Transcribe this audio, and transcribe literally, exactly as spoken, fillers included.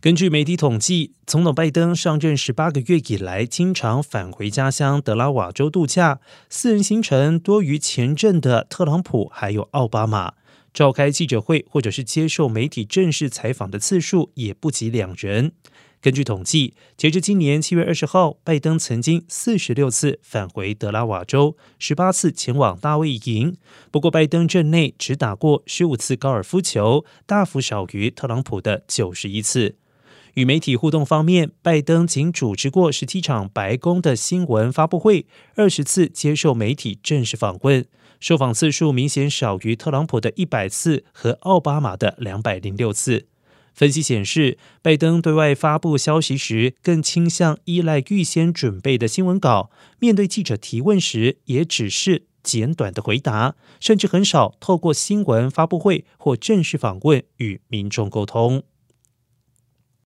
根据媒体统计，总统拜登上任十八个月以来，经常返回家乡德拉瓦州度假，私人行程多于前任的特朗普还有奥巴马。召开记者会或者是接受媒体正式采访的次数也不及两人。根据统计，截至今年七月二十号，拜登曾经四十六次返回德拉瓦州，十八次前往大卫营。不过，拜登任内只打过十五次高尔夫球，大幅少于特朗普的九十一次。与媒体互动方面，拜登仅主持过十七场白宫的新闻发布会，二十次接受媒体正式访问，受访次数明显少于特朗普的一百次和奥巴马的两百零六次。分析显示，拜登对外发布消息时更倾向依赖预先准备的新闻稿，面对记者提问时也只是简短的回答，甚至很少透过新闻发布会或正式访问与民众沟通。